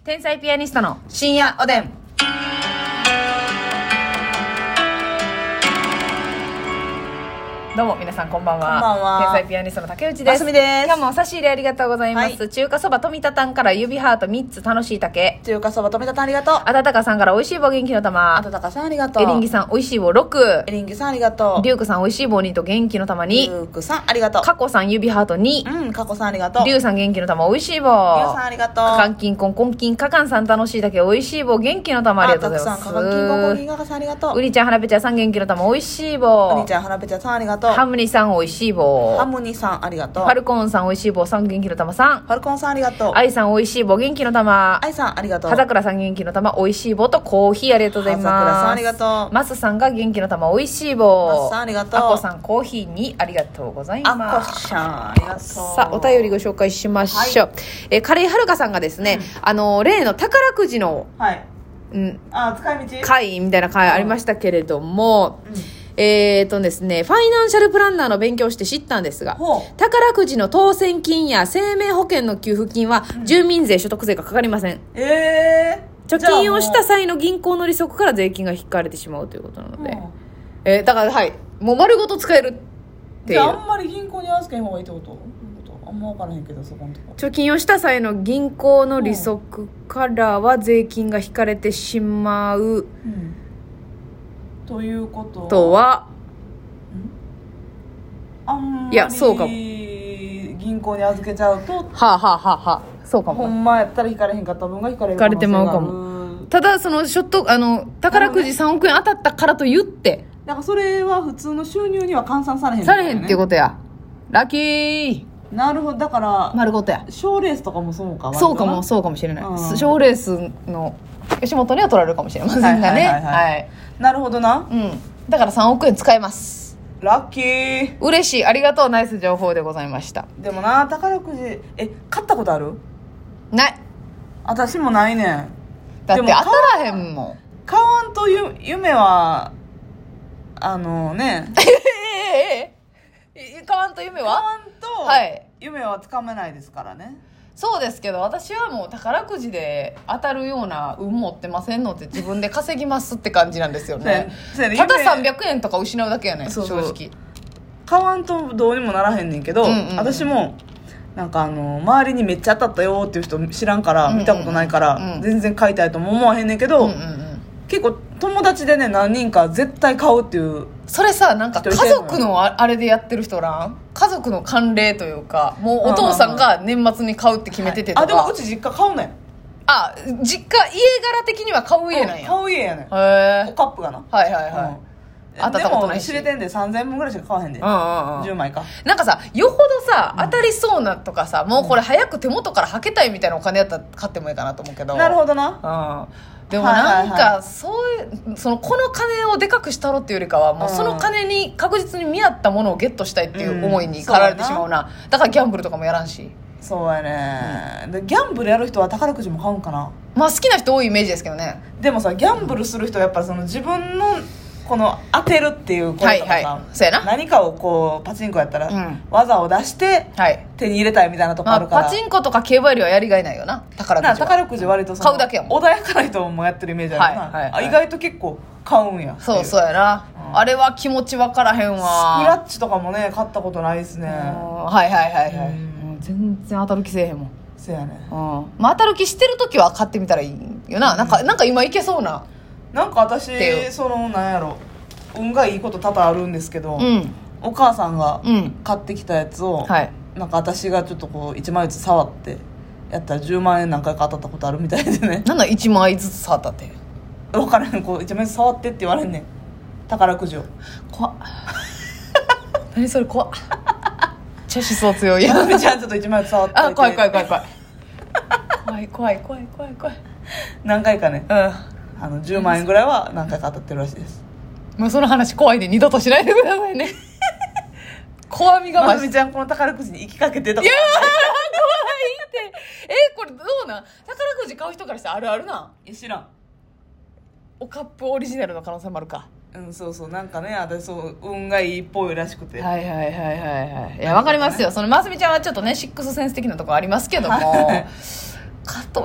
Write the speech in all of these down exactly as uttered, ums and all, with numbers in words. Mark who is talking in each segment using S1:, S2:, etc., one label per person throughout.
S1: 天才ピアニストの深夜おでん。どうも皆さんこんばんは。
S2: こんばんは。
S1: 天才ピアニストの竹内です。
S2: ますみです。
S1: 今日もお差し入れありがとうございます、はい、中華そば富田たんから指ハートみっつ楽しい竹。
S2: 中華そば富田たんありがとう。
S1: あたたかさんからおいしい棒元気の玉。
S2: あたたかさんありがとう。
S1: エリンギさんおいしい棒ろく。
S2: エリンギさんありがとう。
S1: リュウクさんおいしい棒にと元気の玉に。
S2: リュウクさんありがとう。
S1: カコさん指ハートに。
S2: うんカコさんありがとう。
S1: リュウさん元気の玉おいしい棒。
S2: リュウさんありがとう。
S1: カカンキンコンコンキンカカンさん楽しい竹おいしい棒元気の玉ありがとうございます。
S2: あたくさんカカンキンコンコンキンカカンさんありがとう。
S1: ウリちゃんはなぺちゃんさん元気の玉おいしい棒。
S2: ウリちゃんはなぺちゃんさんありがとう。
S1: ハムニさんおいしい棒。
S2: ハムニさんありがとう。
S1: ファルコンさんおいしい棒さん元気の玉さん。
S2: ファルコンさんありがとう。
S1: アイさんおいしい棒元気の玉。
S2: アイさんありがとう。
S1: 葉桜さん元気の玉おいしい棒とコーヒーありがとうございます。
S2: 葉桜さんありがとう。
S1: マスさんが元気の玉おいしい棒。
S2: マスさんありがとう。
S1: アコさんコーヒーにありがとうございます。
S2: アコちゃんありがとう。
S1: さあお便りご紹介しましょう、はい、えカレーはるかさんがですね、うん、あの例の宝くじの、
S2: はい
S1: うん、
S2: あ使い道
S1: 会みたいな会ありましたけれども、うんうんえーとですね、ファイナンシャルプランナーの勉強をして知ったんですが、宝くじの当選金や生命保険の給付金は住民税所得税がかかりません、うん、えー、貯金をした際の銀行の利息から税金が引かれてしまうということなので、えー、だからはいもう丸ごと使えるっていう。
S2: じゃああんまり銀行に預けん方がいいってこと？あんま分からへんけどそこのとこ
S1: 貯金をした際の銀行の利息からは税金が引かれてしまう、うん
S2: ということ
S1: とは
S2: あんまり
S1: いやそうかも
S2: 銀行に預けちゃうとは
S1: あ、はあはあはあ、そうかも
S2: ほんまやったら引かれへんかった分が引かれる
S1: 可能性がある引かれてまうかも。ただそのショットあの宝くじさんおくえん当たったからと言って
S2: だからそれは普通の収入には換算されへん、ね、
S1: されへんっていうことや。ラッキー。
S2: なるほど。だから
S1: 丸ごとや。
S2: 賞レースとかもそうか。
S1: そうかもそうかもしれない。賞、うん、レースの吉本には取られるかもしれませんがね。はいはいはい、はいはい、
S2: なるほどな。
S1: うん。だからさんおくえん使えます。
S2: ラッキー。
S1: 嬉しい。ありがとう。ナイス情報でございました。
S2: でもな宝くじえ買ったことある？
S1: ない。
S2: 私もないねん。
S1: だって当たらへんもん。
S2: 買わんとゆ夢はあのね
S1: ええ買わんと夢は
S2: 買わんと、はい、夢はつかめないですからね。
S1: そうですけど私はもう宝くじで当たるような運持ってませんので自分で稼ぎますって感じなんですよね。たださんびゃくえんとか失うだけやねん。そうそう正直
S2: 買わんとどうにもならへんねんけど、うんうんうん、私もなんかあの周りにめっちゃ当たったよっていう人知らんから見たことないから、うんうんうん、全然買いたいとも思わへんねんけど、うんうんうん、結構友達でね何人か絶対買うっていう。
S1: それさなんか家族のあれでやってる人らん家族の慣例というかもうお父さんが年末に買うって決めててとか、
S2: はい、あでもうち実家買うねん。
S1: あ実家家柄的には買う家なんや。
S2: 買う家やねん。へ
S1: え
S2: カップがな。
S1: はいはいはい、うん当たったことないし。
S2: でも知れてんでさんぜんえんぶんぐらいしか買わへんで、うんうんうん、じゅうまいか。
S1: なんかさよほどさ当たりそうなとかさ、うん、もうこれ早く手元からはけたいみたいなお金やったら買ってもいいかなと思うけど。
S2: なるほどな、
S1: うん、でもなんかそういうそのこの金をでかくしたろっていうよりかはもうその金に確実に見合ったものをゲットしたいっていう思いに駆られてしまうな、うん、だからギャンブルとかもやらんし。
S2: そうやね、うん、でギャンブルやる人は宝くじも買うんかな。
S1: まあ好きな人多いイメージですけどね。
S2: でもさギャンブルする人はやっぱその自分のこの当てるっていうこととかさ、はいはい、そうやな何かをこうパチンコやったら、うん、技を出して手に入れたいみたいなとこあるから、
S1: まあ、パチンコとか競馬よりはやりがいないよな宝くじは。
S2: 宝くじ割とその
S1: 買うだけやもん。
S2: 穏やかな人もやってるイメージあるな、はいはいはい、意外と結構買うんや。
S1: そうそうやな、うん、あれは気持ち分からへんわ。
S2: スクラッチとかもね買ったことないですね。
S1: はいはいはいはい、うん、全然当たる気せえへんもん。
S2: そうやね、
S1: うんまあ、当たる気してる時は買ってみたらいいよな、うん、なんかなんか今いけそうな。
S2: なんか私そのなんやろ運がいいこと多々あるんですけど、うん、お母さんが買ってきたやつを、うんはい、なんか私がちょっとこういちまいずつ触ってやったらじゅうまんえん何回か当たったことあるみたいでね。
S1: なんだいちまいずつ触ったって
S2: 分からへん。こういちまいずつ触ってって言われんねん宝くじを。
S1: 怖っ何それ怖っちゃ思想強いや
S2: ん。ちゃんちょっといちまいずつ触って
S1: あ怖い怖い怖い怖い怖い怖い怖い怖い怖い
S2: 何回かね、うん、あのじゅうまんえんぐらいは何回か当たってるらしいです。
S1: もうその話怖いで二度としないでくださいね怖みが増し。
S2: まみちゃんこの宝くじに行きかけてとか。
S1: いやー怖いってえこれどうなん宝くじ買う人からしてあるあるなん。
S2: 知らん。
S1: おカップオリジナルの可能性もあるか。
S2: うんそうそうなんかね私そう運がいいっぽいらしくて。
S1: はいはいはいはいはいいやわかりますよ。そのますみちゃんはちょっとねシックスセンス的なところありますけどもかといっ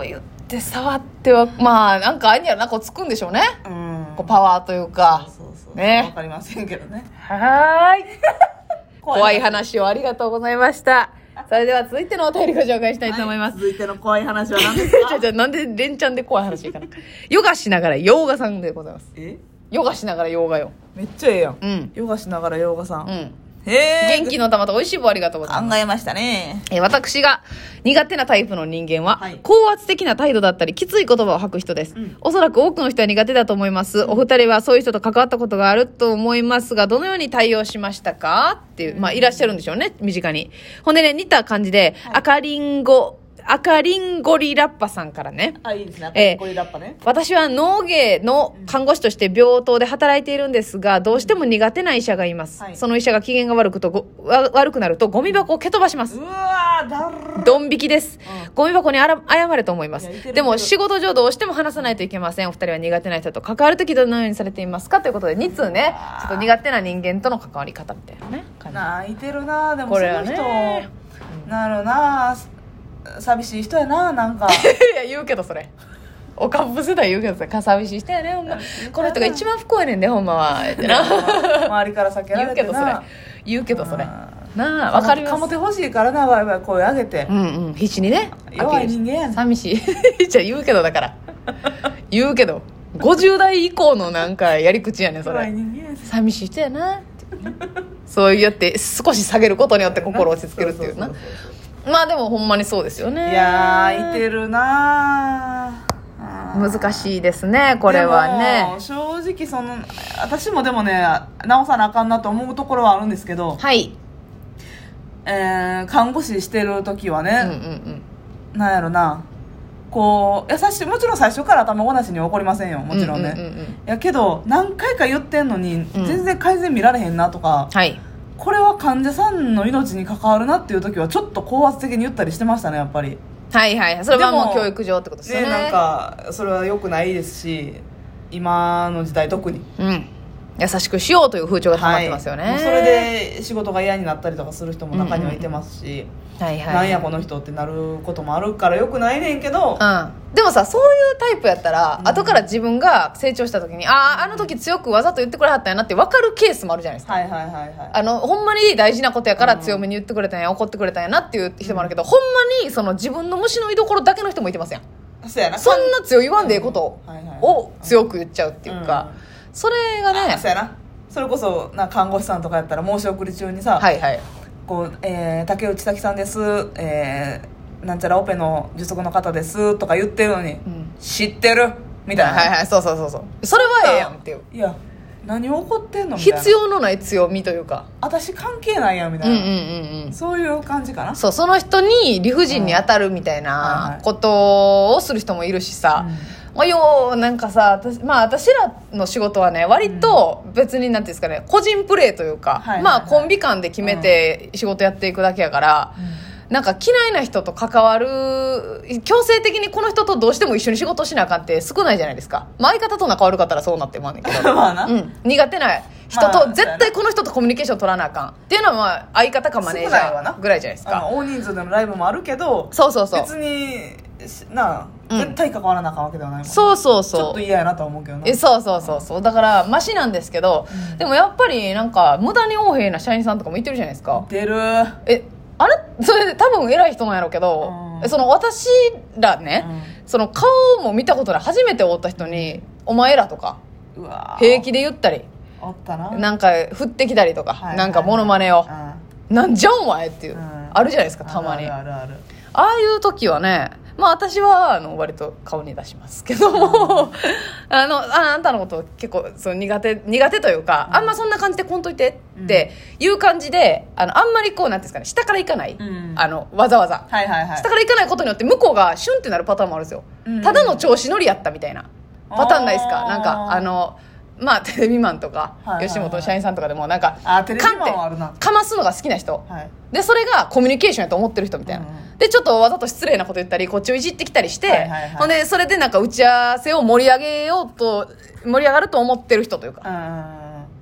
S1: って触ってはまあなんかあいにはなこうつくんでしょうね、うん、こうパワーというか
S2: そうそうそう
S1: ね、
S2: わかりませんけどね。
S1: はーい怖い話をありがとうございました。それでは続いてのお便りご紹介したいと思います、
S2: はい、続いての怖い話は何ですか？
S1: じゃじゃなんで連チャンで怖い話いかなヨガしながら洋画さんでございます。
S2: え
S1: ヨガしながら洋画よ。
S2: めっちゃええやん、
S1: うん、
S2: ヨガしながら洋画さん、
S1: うん
S2: へ
S1: 元気の玉と美味しい棒ありがとうございます。
S2: 考えましたね。
S1: え私が苦手なタイプの人間は、はい、高圧的な態度だったりきつい言葉を吐く人です、うん、おそらく多くの人は苦手だと思います、うん、お二人はそういう人と関わったことがあると思いますがどのように対応しましたかっていう、まあいらっしゃるんでしょうね身近に。ほんでね似た感じで、はい、赤リンゴ赤リンゴリラッパさんからね。
S2: あ、いいですね。赤リンゴリラッパね。
S1: えー、私は脳外の看護師として病棟で働いているんですが、どうしても苦手な医者がいます。はい、その医者が機嫌が悪くとご悪くなるとゴミ箱を蹴飛ばします。
S2: うわー、だる
S1: ドン引きです。うん、ゴミ箱にあら謝れと思います。でも仕事上どうしても話さないといけません。お二人は苦手な人と関わるときどのようにされていますかということでに通ね、ちょっと苦手な人間との関わり方みたいなね。
S2: 泣いてるな。でもその人、ね、なるな。寂しい人やな。なんか
S1: いや言うけどそれおかっぷ世代言うけどさ寂しい人やねほんまこの人が一番不幸やねんでほんまはってな
S2: 周りから避けられてな
S1: 言うけどそれ言うけどそれなあ分かります。
S2: かもてほしいからなバイバイ声上げて
S1: うんうん必死にね
S2: 弱い人間やねん
S1: 寂しいじゃあ言うけどだから言うけどごじゅう代以降のなんかやり口やねんそれ。
S2: 弱い人間や
S1: 寂しい人やなってそうやって少し下げることによって心を落ち着けるっていうな。まあでもほんまにそうですよね。
S2: いやーいてるな
S1: 難しいですねこれはね。
S2: 正直その私もでもね直さなあかんなと思うところはあるんですけど、
S1: はい、
S2: えー、看護師してる時はね、うんうんうん、なんやろなこう優しいもちろん最初から頭ごなしには怒りませんよもちろんね、うんうんうんうん、やけど何回か言ってんのに、うん、全然改善見られへんなとか、はいこれは患者さんの命に関わるなっていう時はちょっと高圧的に言ったりしてましたねやっぱり。
S1: はいはいそれはもう教育上ってことですよね。
S2: ねなんかそれは良くないですし今の時代特に、
S1: うん、優しくしようという風潮が高まってますよね、
S2: はい、それで仕事が嫌になったりとかする人も中にはいてますし、うんうんうんはいはい、なんやこの人ってなることもあるから良くないねんけど、
S1: うん、でもさそういうタイプやったら、うん、後から自分が成長した時にあああの時強くわざと言ってくれはったんやなって分かるケースもあるじゃないですか、はいはいはいはい、あのほんまに大事なことやから強めに言ってくれたんや、うん、怒ってくれたんやなっていう人もあるけど、うん、ほんまにその自分の虫の居所だけの人もいてますやん。
S2: そうやな
S1: そんな強い言わんでええことを強く言っちゃうっていうか、うん、それがね
S2: そうやなそれこそな看護師さんとかやったら申し送り中にさ、はいはいこうえー、竹内咲さんです、えー、なんちゃらオペの術後の方ですとか言ってるのに、うん、知ってるみたいな、
S1: はいはいそうそうそうそうそれはええやんっていう。
S2: いや何怒ってんのみたいな
S1: 必要のない強みというか
S2: 私関係ないやんみたいな、うんうんうんうん、そういう感じかな。
S1: そうその人に理不尽に当たるみたいなことをする人もいるしさ、うんまあ、ようなんかさ私、まあ、私らの仕事はね割と別になんていうんですかね個人プレーというか、はいはいはい、まあコンビ間で決めて仕事やっていくだけやから、うん、なんか嫌いな人と関わる強制的にこの人とどうしても一緒に仕事しなあかんって少ないじゃないですか、まあ、相方と仲悪かったらそうなってもあんねんけどまあな、うん、苦手な人と絶対この人とコミュニケーション取らなあかんっていうのはまあ相方かマネージャーぐらいじゃないですか。
S2: 大人数でのライブもあるけど
S1: そうそうそう
S2: 別になあ、うん、絶対関わらなあかんわけではないもん、ね、
S1: そうそうそう
S2: ちょっと嫌やなとは思うけどな。
S1: えそうそうそうそうだからマシなんですけど、うん、でもやっぱりなんか無駄に横柄な社員さんとかもいてるじゃないですか。
S2: いてる。
S1: えあれそれで多分偉い人なんやろうけど、うん、その私らね、うん、その顔も見たことない初めて会った人にお前らとかうわ平気で言ったり
S2: おったな
S1: なんか振ってきたりとか、はいはい、なんかモノマネを、うん、なんじゃお前っていう、うん、あるじゃないですかたまに。あるあるあるああいう時はねまあ私はあの割と顔に出しますけどもあの あ, あんたのこと結構その苦手苦手というか、うん、あんまそんな感じでこんといてっていう感じで、うん、あのあんまりこうなんていうんですかね下からいかない、うん、あのわざわざ、はいはいはい、下からいかないことによって向こうがシュンってなるパターンもあるんですよ、うん、ただの調子乗りやったみたいなパターンないですか。なんかあのまあテレビマンとか、はいはいはい、吉本の社員さんとかでもなんか
S2: あテレビマンはあるな
S1: かますのが好きな人、はい、でそれがコミュニケーションやと思ってる人みたいな、うん、でちょっとわざと失礼なこと言ったりこっちをいじってきたりして、はいはいはい、ほんでそれでなんか打ち合わせを盛り上げようと盛り上がると思ってる人というか、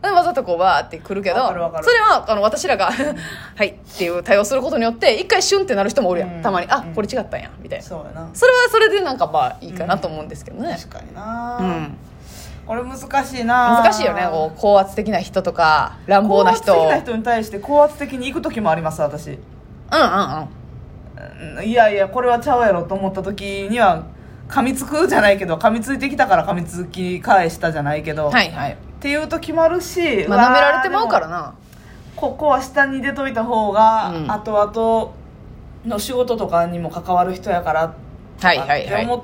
S1: わざとこうバーってくるけど、
S2: わかるわかる
S1: それはあの私らがはいっていう対応することによって一回シュンってなる人もおるやん、
S2: うん
S1: たまにあ、
S2: うん
S1: これ違ったんやみたいな。
S2: そうやな。
S1: それはそれでなんかまあいいかなと思うんですけどね、
S2: 確かにな、
S1: うん、
S2: これ難しいな。
S1: 難しいよね。こう高圧的な人とか乱暴な人、
S2: 高圧的な人に対して高圧的に行く時もあります私。
S1: うんうんうん、
S2: いやいやこれはちゃうやろと思った時には噛みつくじゃないけど、噛みついてきたから噛みつき返したじゃないけど、
S1: はいはい、
S2: っていう時もあるし、
S1: まあ、舐められてまうからな。
S2: ここは下に出といた方が、
S1: うん、
S2: 後々の仕事とかにも関わる人やから
S1: はいはいはい
S2: って思って、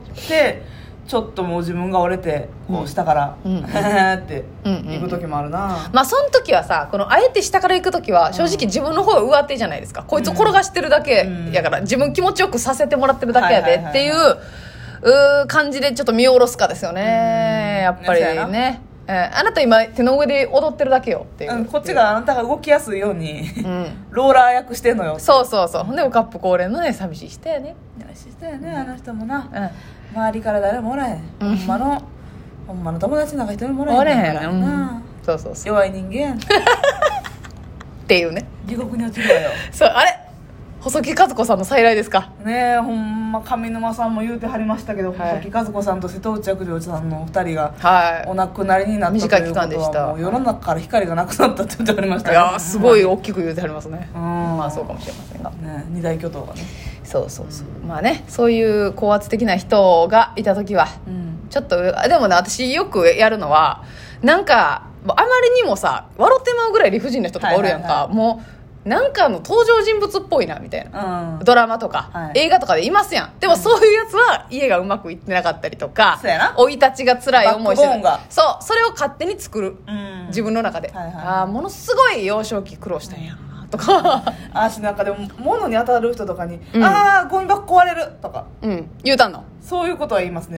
S2: ちょっともう自分が折れてこう下から「
S1: うん
S2: へへ」って行く時もあるな。
S1: まあその時はさ、このあえて下から行く時は正直自分の方が上手じゃないですか、こいつ転がしてるだけやから、自分気持ちよくさせてもらってるだけやでっていう、うー感じでちょっと見下ろすかですよね、やっぱりね。えー、あなた今手の上で踊ってるだけよっていう、うん、
S2: こっちがあなたが動きやすいように、うん、ローラー役してんのよ。
S1: そうそうそう。ほんでおカップ恒例のね、寂しい人やね。
S2: 寂しい人やね、あの人もな、うん、周りから誰もおらへん、うん、ほんまのほんまの友達なんか一人もおらへん
S1: おらへん
S2: からな、
S1: うん、そうそうそう、
S2: 弱い人間やん
S1: っていうね。
S2: 地獄に落ちるわよ。
S1: そう、あれ細木和子さんの再来ですか
S2: ねえ、ほんま上沼さんも言うてはりましたけど、はい、細木和子さんと瀬戸内寂聴さんのお二人がお亡くなりになったということは、短い期間でした。もう世の中から光がなくなったって言ってはりましたね。
S1: いやすごい大きく言うてはりますね。
S2: うん、
S1: まあそうかもしれませんが、
S2: ね、二大巨頭がね。
S1: そうそうそう、うん、まあね、そういう高圧的な人がいた時は、うん、ちょっとでもね、私よくやるのはなんかあまりにもさ笑ってまうぐらい理不尽な人とかおるやんか、はいはいはい、もうなんかの登場人物っぽいなみたいな、うん、ドラマとか、はい、映画とかでいますやん。でもそういうやつは家がうまくいってなかったりとか、生い立ちが辛い思いしてる、そうそれを勝手に作る、うん、自分の中で、はいはい、あものすごい幼少期苦労したんやとか
S2: あしなんかでも物に当たる人とかに、うん、ああゴミ箱壊れるとか、
S1: うん、言うたんの。
S2: そういうことは言いますね。